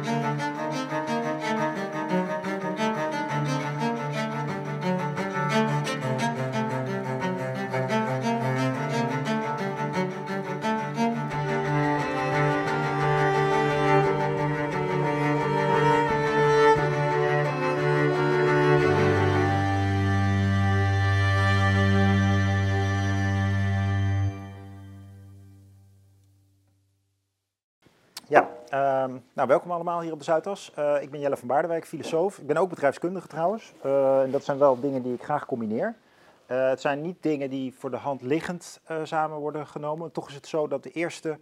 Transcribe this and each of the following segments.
Nou, welkom allemaal hier op de Zuidas. Ik ben Jelle van Baardenwijk, filosoof. Ik ben ook bedrijfskundige trouwens. En dat zijn wel dingen die ik graag combineer. Het zijn niet dingen die voor de hand liggend samen worden genomen. Toch is het zo dat de eerste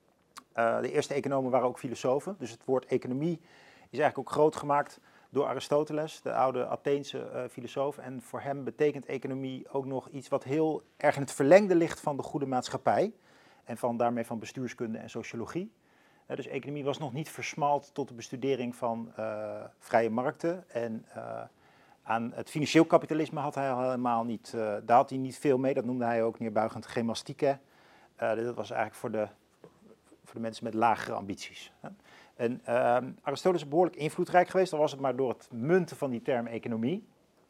economen waren ook filosofen. Dus het woord economie is eigenlijk ook groot gemaakt door Aristoteles, de oude Atheense filosoof. En voor hem betekent economie ook nog iets wat heel erg in het verlengde ligt van de goede maatschappij. En daarmee van bestuurskunde en sociologie. Dus economie was nog niet versmalt tot de bestudering van vrije markten. En aan het financieel kapitalisme had hij helemaal niet, daar had hij niet veel mee. Dat noemde hij ook neerbuigend gymnastieke. Dat was eigenlijk voor de mensen met lagere ambities. En Aristoteles is behoorlijk invloedrijk geweest, al was het maar door het munten van die term economie.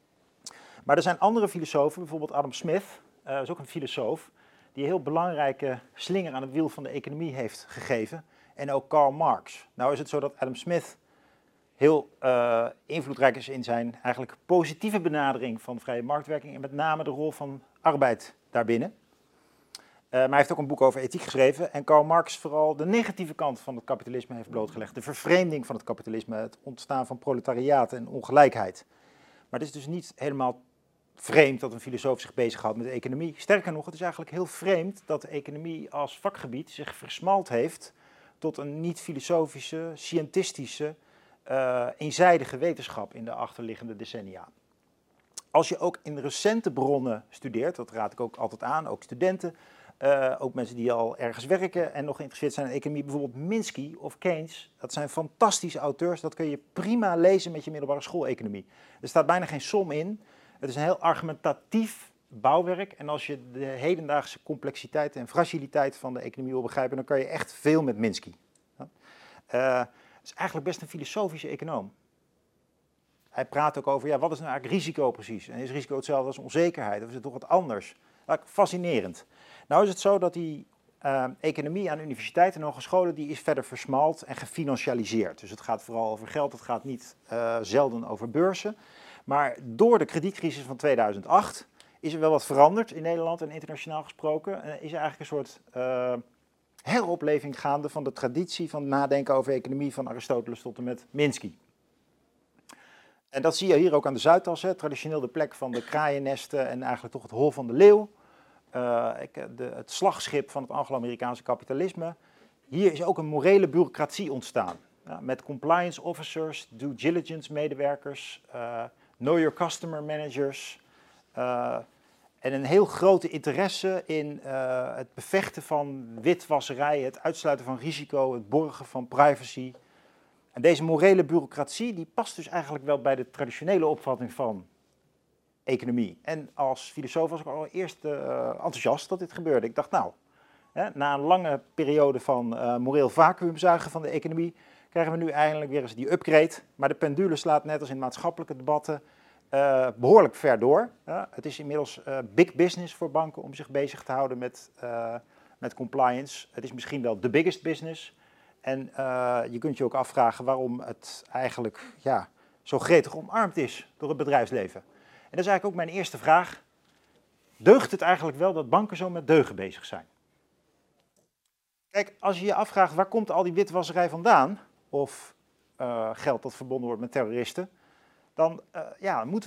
Maar er zijn andere filosofen, bijvoorbeeld Adam Smith, is ook een filosoof, die een heel belangrijke slinger aan het wiel van de economie heeft gegeven. En ook Karl Marx. Nou is het zo dat Adam Smith heel invloedrijk is in zijn eigenlijk positieve benadering van vrije marktwerking en met name de rol van arbeid daarbinnen. Maar hij heeft ook een boek over ethiek geschreven en Karl Marx vooral de negatieve kant van het kapitalisme heeft blootgelegd. De vervreemding van het kapitalisme, het ontstaan van proletariaat en ongelijkheid. Maar het is dus niet helemaal vreemd dat een filosoof zich bezighoudt met de economie. Sterker nog, het is eigenlijk heel vreemd dat de economie als vakgebied zich versmalt heeft tot een niet-filosofische, scientistische, eenzijdige wetenschap in de achterliggende decennia. Als je ook in recente bronnen studeert, dat raad ik ook altijd aan, ook studenten, ook mensen die al ergens werken en nog geïnteresseerd zijn in economie, bijvoorbeeld Minsky of Keynes, dat zijn fantastische auteurs, dat kun je prima lezen met je middelbare schooleconomie. Er staat bijna geen som in, het is een heel argumentatief bouwwerk en als je de hedendaagse complexiteit en fragiliteit van de economie wil begrijpen, dan kan je echt veel met Minsky. Het is eigenlijk best een filosofische econoom. Hij praat ook over, wat is nou eigenlijk risico precies? En is risico hetzelfde als onzekerheid of is het toch wat anders? Fascinerend. Nou is het zo dat die economie aan universiteiten en hogescholen, die is verder versmalt en gefinancialiseerd. Dus het gaat vooral over geld, het gaat niet zelden over beurzen. Maar door de kredietcrisis van 2008 is er wel wat veranderd in Nederland en internationaal gesproken. Is er eigenlijk een soort heropleving gaande van de traditie van nadenken over economie van Aristoteles tot en met Minsky. En dat zie je hier ook aan de Zuidas, traditioneel de plek van de kraaiennesten en eigenlijk toch het hol van de leeuw. Het slagschip van het Anglo-Amerikaanse kapitalisme. Hier is ook een morele bureaucratie ontstaan. Met compliance officers, due diligence medewerkers, know your customer managers. En een heel grote interesse in het bevechten van witwasserij, het uitsluiten van risico, het borgen van privacy. En deze morele bureaucratie die past dus eigenlijk wel bij de traditionele opvatting van economie. En als filosoof was ik al eerst enthousiast dat dit gebeurde. Ik dacht na een lange periode van moreel vacuümzuigen van de economie, krijgen we nu eindelijk weer eens die upgrade. Maar de pendule slaat net als in maatschappelijke debatten behoorlijk ver door. Het is inmiddels big business voor banken om zich bezig te houden met compliance. Het is misschien wel de biggest business. En je kunt je ook afvragen waarom het eigenlijk zo gretig omarmd is door het bedrijfsleven. En dat is eigenlijk ook mijn eerste vraag. Deugt het eigenlijk wel dat banken zo met deugen bezig zijn? Kijk, als je je afvraagt waar komt al die witwasserij vandaan, of geld dat verbonden wordt met terroristen, dan moeten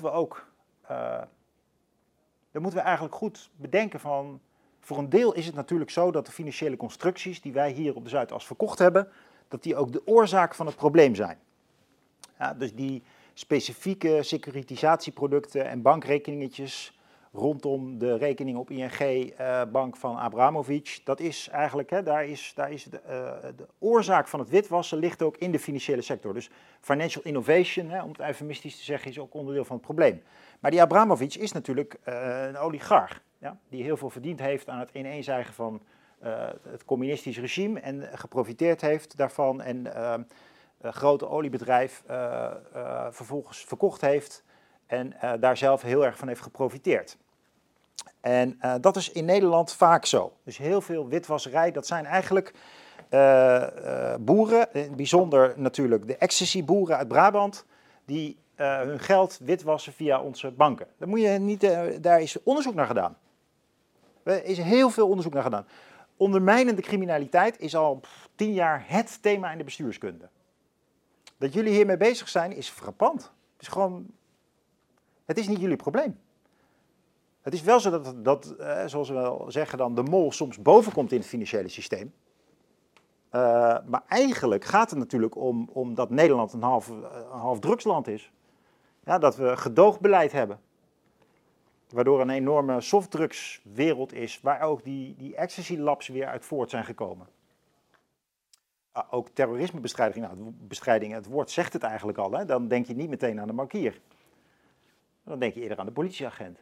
we eigenlijk goed bedenken van, voor een deel is het natuurlijk zo dat de financiële constructies die wij hier op de Zuidas verkocht hebben, dat die ook de oorzaak van het probleem zijn. Dus die specifieke securitisatieproducten en bankrekeningetjes rondom de rekening op ING Bank van Abramovic, dat is eigenlijk, daar is de oorzaak van het witwassen ligt ook in de financiële sector. Dus financial innovation, om het eufemistisch te zeggen, is ook onderdeel van het probleem. Maar die Abramovic is natuurlijk een oligarch, die heel veel verdiend heeft aan het ineenzijgen van het communistisch regime en geprofiteerd heeft daarvan en grote oliebedrijf vervolgens verkocht heeft en daar zelf heel erg van heeft geprofiteerd. En dat is in Nederland vaak zo. Dus heel veel witwasserij, dat zijn eigenlijk boeren, in het bijzonder natuurlijk de ecstasy-boeren uit Brabant, die hun geld witwassen via onze banken. Daar is onderzoek naar gedaan. Er is heel veel onderzoek naar gedaan. Ondermijnende criminaliteit is al 10 jaar het thema in de bestuurskunde. Dat jullie hiermee bezig zijn is frappant. Het is niet jullie probleem. Het is wel zo dat zoals we wel zeggen, dan de mol soms bovenkomt in het financiële systeem. Maar eigenlijk gaat het natuurlijk om dat Nederland een half drugsland is. Ja, dat we gedoogbeleid hebben. Waardoor een enorme softdrugswereld is, waar ook die ecstasy labs weer uit voort zijn gekomen. Ook terrorismebestrijding, het woord zegt het eigenlijk al. Hè? Dan denk je niet meteen aan de bankier. Dan denk je eerder aan de politieagent.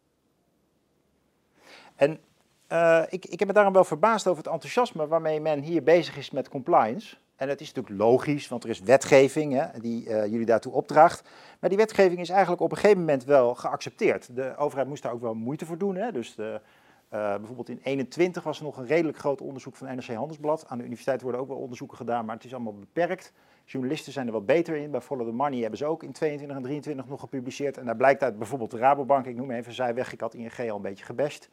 En ik heb me daarom wel verbaasd over het enthousiasme waarmee men hier bezig is met compliance. En het is natuurlijk logisch, want er is wetgeving hè, die jullie daartoe opdraagt. Maar die wetgeving is eigenlijk op een gegeven moment wel geaccepteerd. De overheid moest daar ook wel moeite voor doen. Hè? Dus bijvoorbeeld in 2021 was er nog een redelijk groot onderzoek van NRC Handelsblad. Aan de universiteit worden ook wel onderzoeken gedaan, maar het is allemaal beperkt. Journalisten zijn er wat beter in. Bij Follow the Money hebben ze ook in 22 en 23 nog gepubliceerd. En daar blijkt uit bijvoorbeeld de Rabobank, ik noem even zijweg, ik had ING al een beetje gebashed.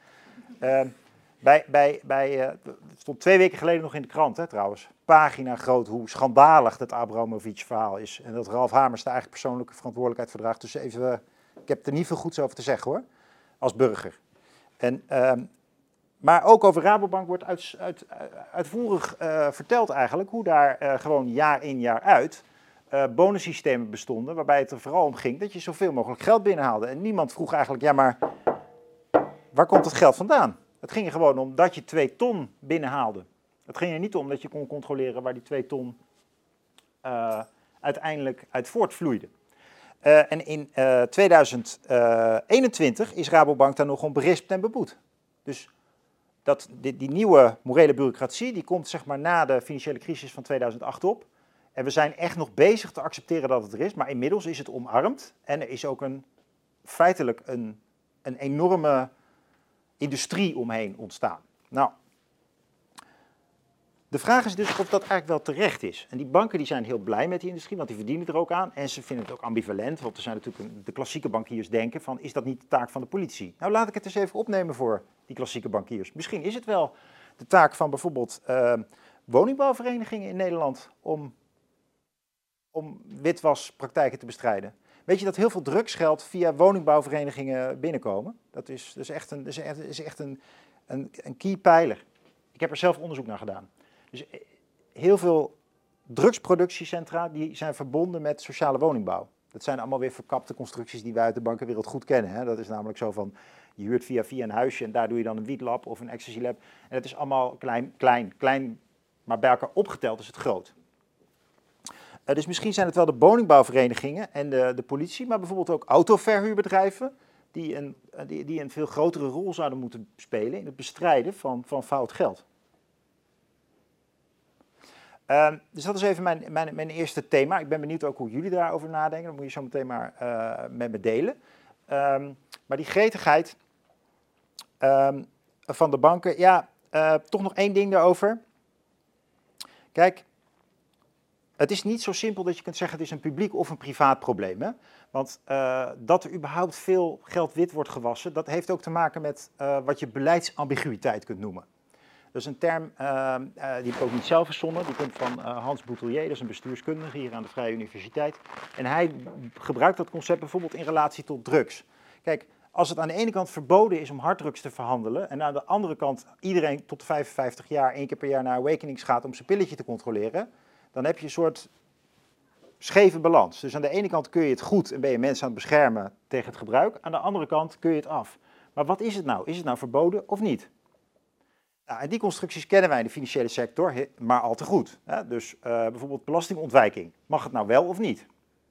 Het stond 2 weken geleden nog in de krant, hè, trouwens. Pagina groot hoe schandalig dat Abramovic-verhaal is. En dat Ralf Hamers daar eigenlijk persoonlijke verantwoordelijkheid voor draagt. Dus even, ik heb er niet veel goeds over te zeggen hoor, als burger. Maar ook over Rabobank wordt uitvoerig verteld eigenlijk hoe daar gewoon jaar in jaar uit bonussystemen bestonden. Waarbij het er vooral om ging dat je zoveel mogelijk geld binnenhaalde. En niemand vroeg eigenlijk, ja maar waar komt het geld vandaan? Het ging er gewoon om dat je 2 ton binnenhaalde. Het ging er niet om dat je kon controleren waar die 2 ton uiteindelijk uit voortvloeide. En in 2021 is Rabobank daar nog om berispt en beboet. Dus die nieuwe morele bureaucratie die komt zeg maar na de financiële crisis van 2008 op. En we zijn echt nog bezig te accepteren dat het er is, maar inmiddels is het omarmd. En er is ook feitelijk een enorme industrie omheen ontstaan. Nou, de vraag is dus of dat eigenlijk wel terecht is. En die banken die zijn heel blij met die industrie, want die verdienen er ook aan. En ze vinden het ook ambivalent, want er zijn natuurlijk de klassieke bankiers denken van, is dat niet de taak van de politie? Nou, laat ik het eens even opnemen voor die klassieke bankiers. Misschien is het wel de taak van bijvoorbeeld woningbouwverenigingen in Nederland om witwaspraktijken te bestrijden. Weet je dat heel veel drugsgeld via woningbouwverenigingen binnenkomen? Dat is echt een key pijler. Ik heb er zelf onderzoek naar gedaan. Dus heel veel drugsproductiecentra die zijn verbonden met sociale woningbouw. Dat zijn allemaal weer verkapte constructies die wij uit de bankenwereld goed kennen. Hè? Dat is namelijk zo van, je huurt via een huisje en daar doe je dan een wietlab of een ecstasy lab. En dat is allemaal klein, maar bij elkaar opgeteld is het groot. Dus misschien zijn het wel de woningbouwverenigingen en de politie, maar bijvoorbeeld ook autoverhuurbedrijven die een veel grotere rol zouden moeten spelen in het bestrijden van fout geld. Dus dat is even mijn eerste thema. Ik ben benieuwd ook hoe jullie daarover nadenken. Dat moet je zo meteen maar met me delen. Maar die gretigheid van de banken, ja, toch nog 1 ding daarover. Kijk, het is niet zo simpel dat je kunt zeggen het is een publiek of een privaat probleem. Hè? Want dat er überhaupt veel geld wit wordt gewassen, dat heeft ook te maken met wat je beleidsambiguïteit kunt noemen. Dat is een term, die heb ik ook niet zelf verzonnen, die komt van Hans Boutelier, dat is een bestuurskundige hier aan de Vrije Universiteit. En hij gebruikt dat concept bijvoorbeeld in relatie tot drugs. Kijk, als het aan de ene kant verboden is om harddrugs te verhandelen en aan de andere kant iedereen tot 55 jaar 1 keer per jaar naar Awakenings gaat om zijn pilletje te controleren, dan heb je een soort scheve balans. Dus aan de ene kant kun je het goed en ben je mensen aan het beschermen tegen het gebruik. Aan de andere kant kun je het af. Maar wat is het nou? Is het nou verboden of niet? Nou, en die constructies kennen wij in de financiële sector maar al te goed. Hè? Dus bijvoorbeeld belastingontwijking. Mag het nou wel of niet?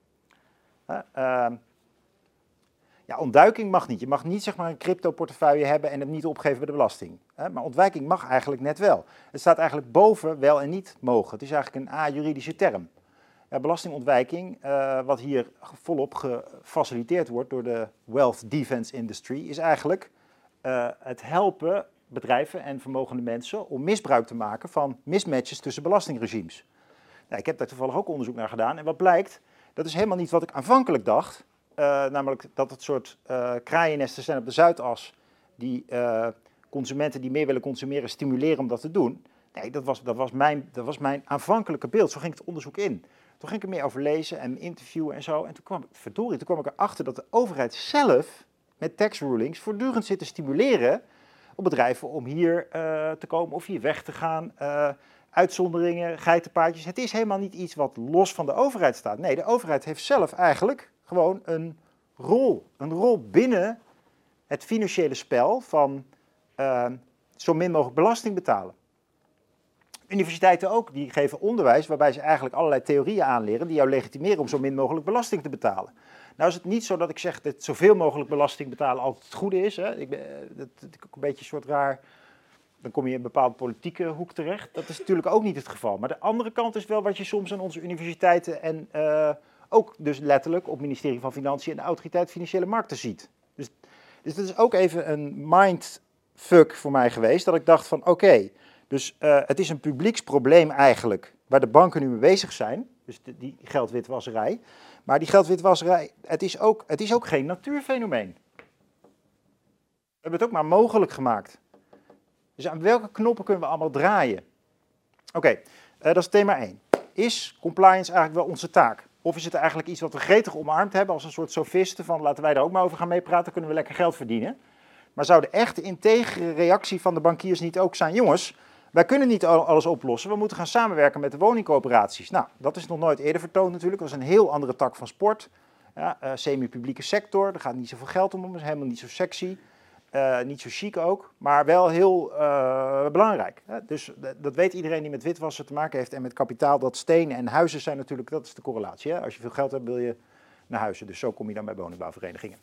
Ja, ontduiking mag niet. Je mag niet zeg maar, een crypto-portefeuille hebben en het niet opgeven bij de belasting. Maar ontwijking mag eigenlijk net wel. Het staat eigenlijk boven wel en niet mogen. Het is eigenlijk een a-juridische term. Belastingontwijking, wat hier volop gefaciliteerd wordt door de wealth defense industry, is eigenlijk het helpen bedrijven en vermogende mensen om misbruik te maken van mismatches tussen belastingregimes. Nou, ik heb daar toevallig ook onderzoek naar gedaan en wat blijkt, dat is helemaal niet wat ik aanvankelijk dacht, namelijk dat het soort kraaiennesten zijn op de Zuidas die consumenten die meer willen consumeren stimuleren om dat te doen. Nee, dat was mijn aanvankelijke beeld. Zo ging het onderzoek in. Toen ging ik er meer over lezen en interviewen en zo. En toen kwam ik erachter dat de overheid zelf met tax rulings voortdurend zit te stimuleren op bedrijven om hier te komen of hier weg te gaan. Uitzonderingen, geitenpaadjes. Het is helemaal niet iets wat los van de overheid staat. Nee, de overheid heeft zelf eigenlijk gewoon een rol binnen het financiële spel van zo min mogelijk belasting betalen. Universiteiten ook, die geven onderwijs waarbij ze eigenlijk allerlei theorieën aanleren die jou legitimeren om zo min mogelijk belasting te betalen. Nou is het niet zo dat ik zeg dat zoveel mogelijk belasting betalen altijd het goede is. Hè. Dat is ook een beetje een soort raar, dan kom je in een bepaalde politieke hoek terecht. Dat is natuurlijk ook niet het geval. Maar de andere kant is wel wat je soms aan onze universiteiten en ook dus letterlijk op het ministerie van Financiën en de Autoriteit Financiële Markten ziet. Dus dat is ook even een mindfuck voor mij geweest, dat ik dacht van oké, dus het is een publieksprobleem eigenlijk, waar de banken nu mee bezig zijn, dus die geldwitwasserij. Maar die geldwitwasserij, het is ook geen natuurfenomeen. We hebben het ook maar mogelijk gemaakt. Dus aan welke knoppen kunnen we allemaal draaien? Oké, dat is thema 1. Is compliance eigenlijk wel onze taak? Of is het eigenlijk iets wat we gretig omarmd hebben als een soort sofisten van laten wij daar ook maar over gaan meepraten, kunnen we lekker geld verdienen. Maar zou de echte integere reactie van de bankiers niet ook zijn, jongens, wij kunnen niet alles oplossen, we moeten gaan samenwerken met de woningcoöperaties. Nou, dat is nog nooit eerder vertoond natuurlijk, dat is een heel andere tak van sport. Ja, semi-publieke sector, er gaat niet zoveel geld om, dat is helemaal niet zo sexy. Niet zo chic ook, maar wel heel belangrijk. Hè? Dus dat weet iedereen die met witwassen te maken heeft en met kapitaal. Dat stenen en huizen zijn natuurlijk, dat is de correlatie. Hè? Als je veel geld hebt, wil je naar huizen. Dus zo kom je dan bij woningbouwverenigingen.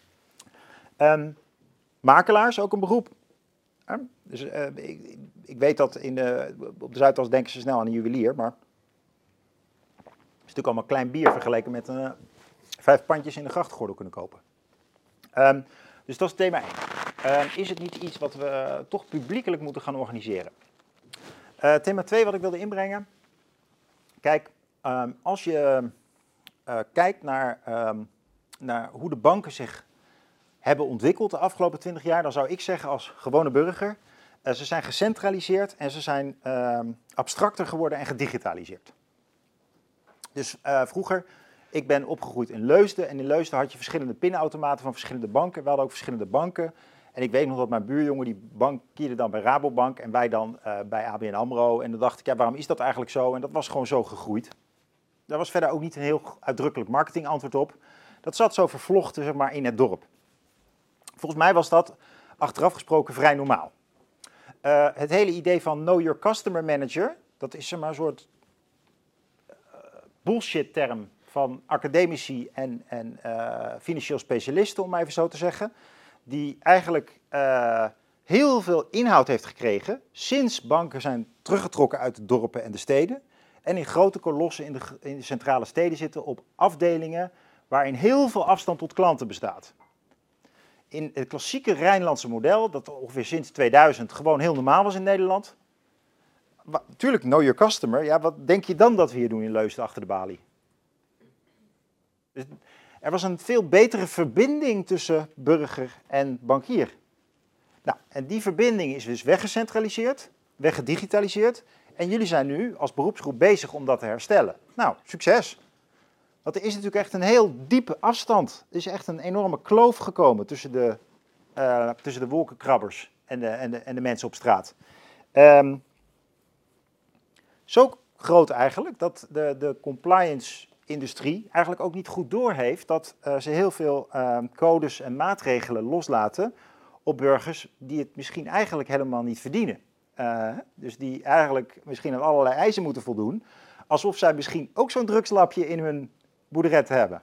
Makelaars, ook een beroep. Dus, ik weet dat op de Zuidas denken ze snel aan een juwelier, maar het is natuurlijk allemaal klein bier vergeleken met 5 pandjes in de grachtgordel kunnen kopen. Dus dat is thema 1. Is het niet iets wat we toch publiekelijk moeten gaan organiseren? Thema 2 wat ik wilde inbrengen. Kijk, als je kijkt naar hoe de banken zich hebben ontwikkeld de afgelopen 20 jaar, dan zou ik zeggen als gewone burger, ze zijn gecentraliseerd en ze zijn abstracter geworden en gedigitaliseerd. Dus vroeger, ik ben opgegroeid in Leusden en in Leusden had je verschillende pinautomaten van verschillende banken. We hadden ook verschillende banken. En ik weet nog dat mijn buurjongen, die bankierde dan bij Rabobank en wij dan bij ABN AMRO. En dan dacht ik, ja, waarom is dat eigenlijk zo? En dat was gewoon zo gegroeid. Daar was verder ook niet een heel uitdrukkelijk marketingantwoord op. Dat zat zo vervlochten, zeg maar, in het dorp. Volgens mij was dat achteraf gesproken vrij normaal. Het hele idee van Know Your Customer Manager, dat is zeg maar een soort bullshit-term van academici en financieel specialisten, om maar even zo te zeggen, die eigenlijk heel veel inhoud heeft gekregen sinds banken zijn teruggetrokken uit de dorpen en de steden en in grote kolossen in de centrale steden zitten op afdelingen waarin heel veel afstand tot klanten bestaat. In het klassieke Rijnlandse model, dat ongeveer sinds 2000 gewoon heel normaal was in Nederland. Natuurlijk, know your customer. Ja, wat denk je dan dat we hier doen in Leusden achter de balie? Dus er was een veel betere verbinding tussen burger en bankier. Nou, en die verbinding is dus weggecentraliseerd, weggedigitaliseerd. En jullie zijn nu als beroepsgroep bezig om dat te herstellen. Nou, succes. Want er is natuurlijk echt een heel diepe afstand. Er is echt een enorme kloof gekomen tussen de wolkenkrabbers en de mensen op straat. Zo groot eigenlijk dat de compliance-industrie eigenlijk ook niet goed doorheeft dat ze heel veel codes en maatregelen loslaten op burgers die het misschien eigenlijk helemaal niet verdienen. Dus die eigenlijk misschien aan allerlei eisen moeten voldoen, alsof zij misschien ook zo'n drugslapje in hun boerderet hebben.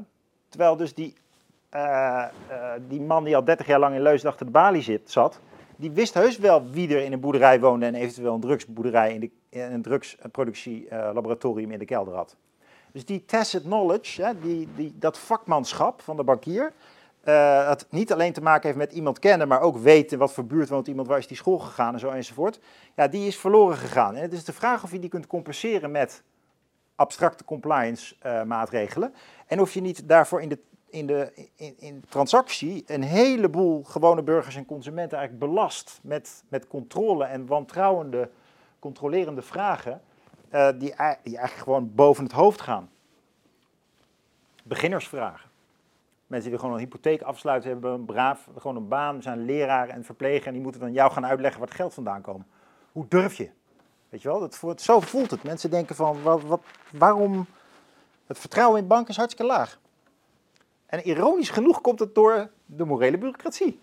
Terwijl dus die man die al 30 jaar lang in Leusden achter de balie zat, die wist heus wel wie er in een boerderij woonde en eventueel een drugsboerderij en een drugsproductielaboratorium in de kelder had. Dus die tacit knowledge, dat vakmanschap van de bankier, dat niet alleen te maken heeft met iemand kennen, maar ook weten wat voor buurt woont iemand, waar is die school gegaan en zo enzovoort. Ja, die is verloren gegaan. En het is de vraag of je die kunt compenseren met abstracte compliance maatregelen. En of je niet daarvoor in de transactie een heleboel gewone burgers en consumenten eigenlijk belast met controle en wantrouwende, controlerende vragen die eigenlijk gewoon boven het hoofd gaan. Beginnersvragen. Mensen die gewoon een hypotheek afsluiten, hebben gewoon een baan, zijn leraar en verpleger en die moeten dan jou gaan uitleggen waar het geld vandaan komt. Hoe durf je? Weet je wel, zo voelt het. Mensen denken van, waarom? Het vertrouwen in banken is hartstikke laag. En ironisch genoeg komt het door de morele bureaucratie.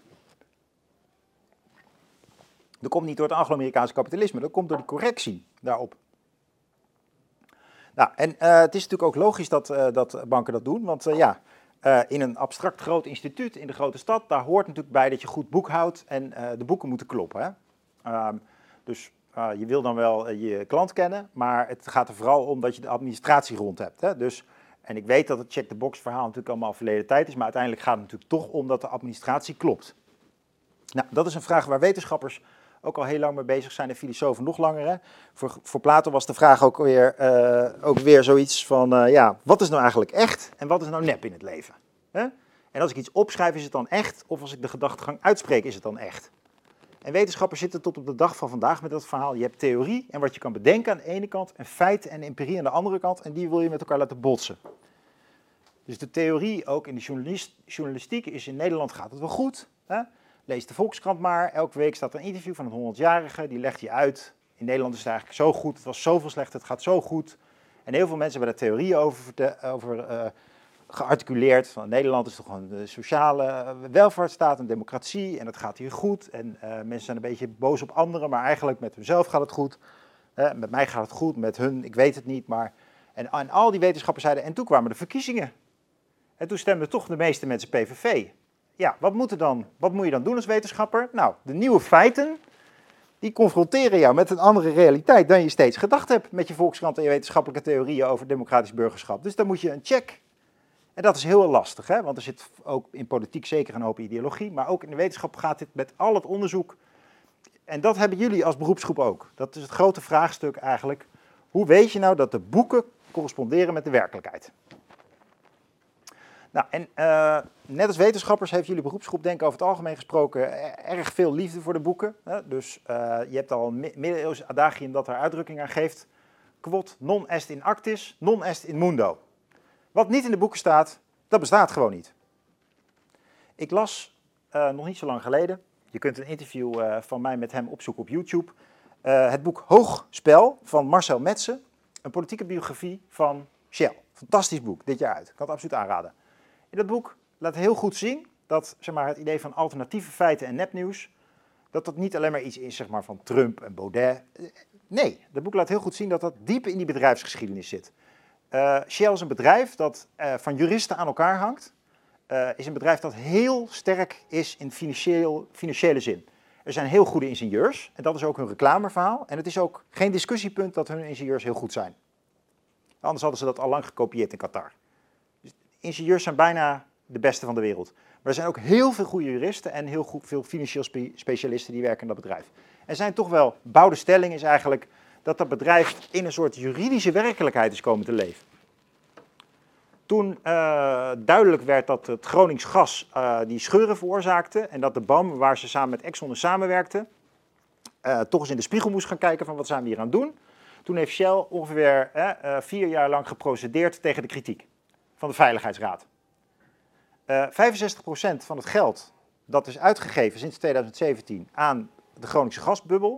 Dat komt niet door het Anglo-Amerikaanse kapitalisme, dat komt door die correctie daarop. Nou, en het is natuurlijk ook logisch dat banken dat doen, want in een abstract groot instituut in de grote stad, daar hoort natuurlijk bij dat je goed boekhoudt en de boeken moeten kloppen. Hè? Dus je wil dan wel je klant kennen, maar het gaat er vooral om dat je de administratie rond hebt. Hè? Dus, en ik weet dat het check-the-box verhaal natuurlijk allemaal verleden tijd is, maar uiteindelijk gaat het natuurlijk toch om dat de administratie klopt. Nou, dat is een vraag waar wetenschappers ook al heel lang mee bezig zijn en filosofen nog langer. Hè? Voor Plato was de vraag ook weer zoiets van, wat is nou eigenlijk echt en wat is nou nep in het leven? Hè? En als ik iets opschrijf, is het dan echt? Of als ik de gedachtegang uitspreek, is het dan echt? En wetenschappers zitten tot op de dag van vandaag met dat verhaal. Je hebt theorie en wat je kan bedenken aan de ene kant en feiten en empirie aan de andere kant. En die wil je met elkaar laten botsen. Dus de theorie, ook in de journalistiek, is in Nederland gaat het wel goed. Hè? Lees de Volkskrant maar. Elke week staat er een interview van een 100-jarige. Die legt je uit. In Nederland is het eigenlijk zo goed. Het was zoveel slecht. Het gaat zo goed. En heel veel mensen hebben daar theorieën over gearticuleerd. Van Nederland is toch een sociale welvaartsstaat, een democratie. En het gaat hier goed. En mensen zijn een beetje boos op anderen. Maar eigenlijk met hunzelf gaat het goed. Met mij gaat het goed. Met hun, ik weet het niet. Maar... En al die wetenschappers zeiden... En toen kwamen de verkiezingen. En toen stemden toch de meeste mensen PVV. Ja, wat moet je dan doen als wetenschapper? Nou, de nieuwe feiten, die confronteren jou met een andere realiteit dan je steeds gedacht hebt met je Volkskrant en je wetenschappelijke theorieën over democratisch burgerschap. Dus dan moet je een check. En dat is heel lastig, hè? Want er zit ook in politiek zeker een hoop ideologie, maar ook in de wetenschap gaat dit met al het onderzoek. En dat hebben jullie als beroepsgroep ook. Dat is het grote vraagstuk eigenlijk. Hoe weet je nou dat de boeken corresponderen met de werkelijkheid? Nou, en net als wetenschappers heeft jullie beroepsgroep denk ik over het algemeen gesproken erg veel liefde voor de boeken. Hè? Dus je hebt al een middeleeuws adagium dat er uitdrukking aan geeft. Quod non est in actis, non est in mundo. Wat niet in de boeken staat, dat bestaat gewoon niet. Ik las nog niet zo lang geleden, je kunt een interview van mij met hem opzoeken op YouTube, het boek Hoog Spel van Marcel Metsen, een politieke biografie van Shell. Fantastisch boek, dit jaar uit. Ik kan het absoluut aanraden. In dat boek laat heel goed zien dat het idee van alternatieve feiten en nepnieuws, dat niet alleen maar iets is van Trump en Baudet. Nee, dat boek laat heel goed zien dat dat diep in die bedrijfsgeschiedenis zit. Shell is een bedrijf dat van juristen aan elkaar hangt. Is een bedrijf dat heel sterk is in financiële zin. Er zijn heel goede ingenieurs en dat is ook hun reclameverhaal. En het is ook geen discussiepunt dat hun ingenieurs heel goed zijn. Anders hadden ze dat al lang gekopieerd in Qatar. Dus ingenieurs zijn bijna de beste van de wereld. Maar er zijn ook heel veel goede juristen en heel veel financieel specialisten die werken in dat bedrijf. Er zijn toch wel, bouwde stelling is eigenlijk dat dat bedrijf in een soort juridische werkelijkheid is komen te leven. Toen duidelijk werd dat het Gronings gas die scheuren veroorzaakte en dat de BAM, waar ze samen met Exxon samenwerkten, toch eens in de spiegel moest gaan kijken van wat zijn we hier aan het doen. Toen heeft Shell ongeveer 4 jaar lang geprocedeerd tegen de kritiek van de Veiligheidsraad. 65% van het geld dat is uitgegeven sinds 2017 aan de Groningse gasbubbel,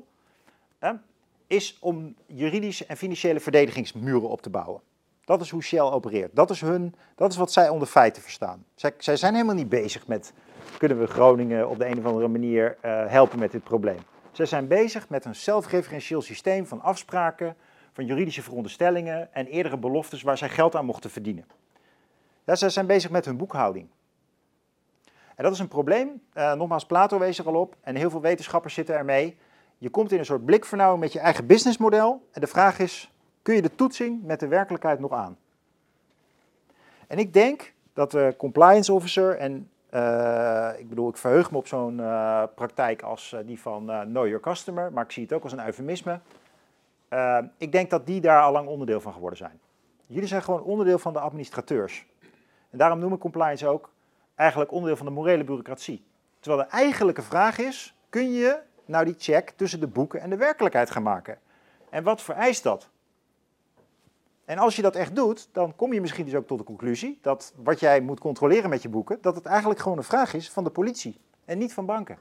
is om juridische en financiële verdedigingsmuren op te bouwen. Dat is hoe Shell opereert. Dat is wat zij onder feiten verstaan. Zij zijn helemaal niet bezig met, kunnen we Groningen op de een of andere manier helpen met dit probleem. Zij zijn bezig met een zelfreferentieel systeem van afspraken, van juridische veronderstellingen en eerdere beloftes waar zij geld aan mochten verdienen. Ja, zij zijn bezig met hun boekhouding. En dat is een probleem. Nogmaals, Plato wees er al op en heel veel wetenschappers zitten ermee. Je komt in een soort blikvernauwing met je eigen businessmodel. En de vraag is, kun je de toetsing met de werkelijkheid nog aan? En ik denk dat de compliance officer, en ik verheug me op zo'n praktijk als die van Know Your Customer, maar ik zie het ook als een eufemisme. Ik denk dat die daar al lang onderdeel van geworden zijn. Jullie zijn gewoon onderdeel van de administrateurs. En daarom noem ik compliance ook eigenlijk onderdeel van de morele bureaucratie. Terwijl de eigenlijke vraag is, kun je nou die check tussen de boeken en de werkelijkheid gaan maken? En wat vereist dat? En als je dat echt doet, dan kom je misschien dus ook tot de conclusie dat wat jij moet controleren met je boeken, dat het eigenlijk gewoon een vraag is van de politie en niet van banken.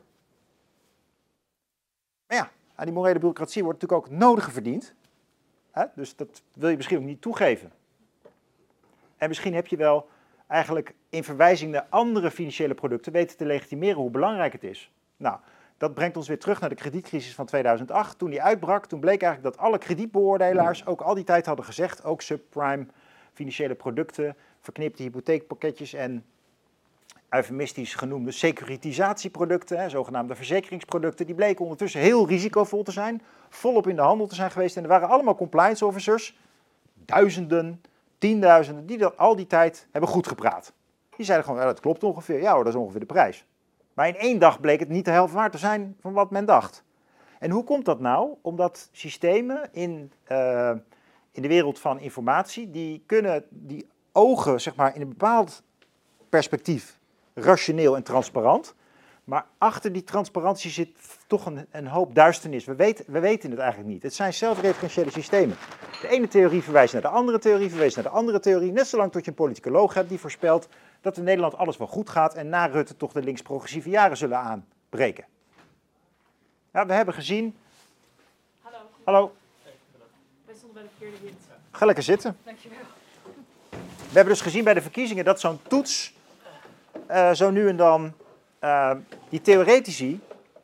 Maar ja, aan die morele bureaucratie wordt natuurlijk ook het nodige verdiend. Dus dat wil je misschien ook niet toegeven. En misschien heb je wel eigenlijk in verwijzing naar andere financiële producten weten te legitimeren hoe belangrijk het is. Nou, dat brengt ons weer terug naar de kredietcrisis van 2008. Toen die uitbrak, toen bleek eigenlijk dat alle kredietbeoordelaars ook al die tijd hadden gezegd, ook subprime financiële producten, verknipte hypotheekpakketjes en eufemistisch genoemde securitisatieproducten, zogenaamde verzekeringsproducten, die bleken ondertussen heel risicovol te zijn, volop in de handel te zijn geweest. En er waren allemaal compliance officers, duizenden, tienduizenden, die dat al die tijd hebben goed gepraat. Die zeiden gewoon, ja, dat klopt ongeveer, ja hoor, dat is ongeveer de prijs. Maar in 1 dag bleek het niet de helft waard te zijn van wat men dacht. En hoe komt dat nou? Omdat systemen in de wereld van informatie, die kunnen die ogen zeg maar, in een bepaald perspectief rationeel en transparant. Maar achter die transparantie zit toch een hoop duisternis. We weten het eigenlijk niet. Het zijn zelfreferentiële systemen. De ene theorie verwijst naar de andere theorie, verwijst naar de andere theorie. Net zolang tot je een politicoloog hebt die voorspelt dat in Nederland alles wel goed gaat en na Rutte toch de links-progressieve jaren zullen aanbreken. Ja, we hebben gezien... Hallo. Wij stonden bij de verkeerde wind. Ga lekker zitten. Dankjewel. We hebben dus gezien bij de verkiezingen dat zo'n toets zo nu en dan die theoretici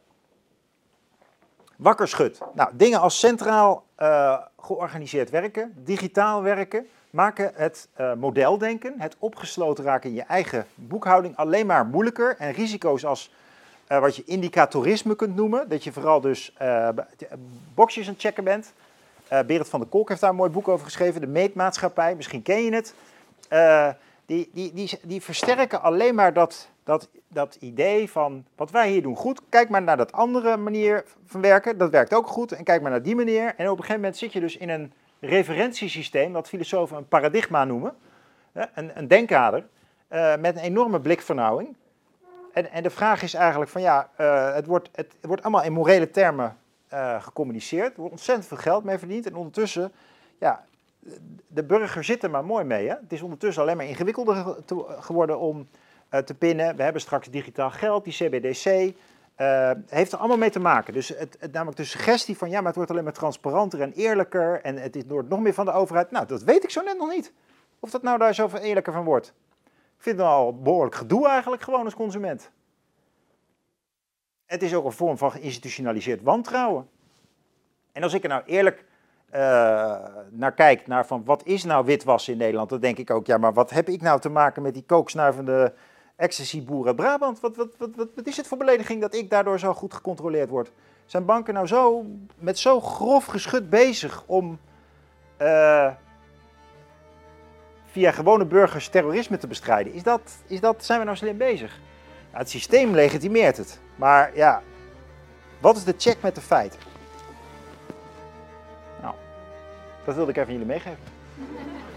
wakker schudt. Nou, dingen als centraal georganiseerd werken, digitaal werken, maken het modeldenken, het opgesloten raken in je eigen boekhouding alleen maar moeilijker. En risico's als wat je indicatorisme kunt noemen, dat je vooral dus boxjes aan het checken bent. Berend van der Kolk heeft daar een mooi boek over geschreven, De Meetmaatschappij, misschien ken je het. Die versterken alleen maar dat idee van wat wij hier doen goed. Kijk maar naar dat andere manier van werken, dat werkt ook goed. En kijk maar naar die manier. En op een gegeven moment zit je dus in een referentiesysteem, wat filosofen een paradigma noemen. Een denkkader, met een enorme blikvernauwing. En de vraag is eigenlijk van ja, het wordt allemaal in morele termen gecommuniceerd. Er wordt ontzettend veel geld mee verdiend. En ondertussen, ja, de burger zit er maar mooi mee. Hè? Het is ondertussen alleen maar ingewikkelder geworden om te pinnen. We hebben straks digitaal geld, die CBDC. Heeft er allemaal mee te maken. Dus namelijk de suggestie van ja, maar het wordt alleen maar transparanter en eerlijker. En het wordt nog meer van de overheid. Nou, dat weet ik zo net nog niet. Of dat nou daar zoveel eerlijker van wordt. Ik vind het al behoorlijk gedoe eigenlijk, gewoon als consument. Het is ook een vorm van geïnstitutionaliseerd wantrouwen. En als ik er nou eerlijk naar kijk, naar van wat is nou witwassen in Nederland, dan denk ik ook, ja, maar wat heb ik nou te maken met die kooksnuivende ecstasy-boer uit Brabant? Wat is het voor belediging dat ik daardoor zo goed gecontroleerd word? Zijn banken nou met zo grof geschut bezig om via gewone burgers terrorisme te bestrijden? Zijn we nou slim bezig? Nou, het systeem legitimeert het. Maar ja, wat is de check met de feiten? Nou, dat wilde ik even aan jullie meegeven.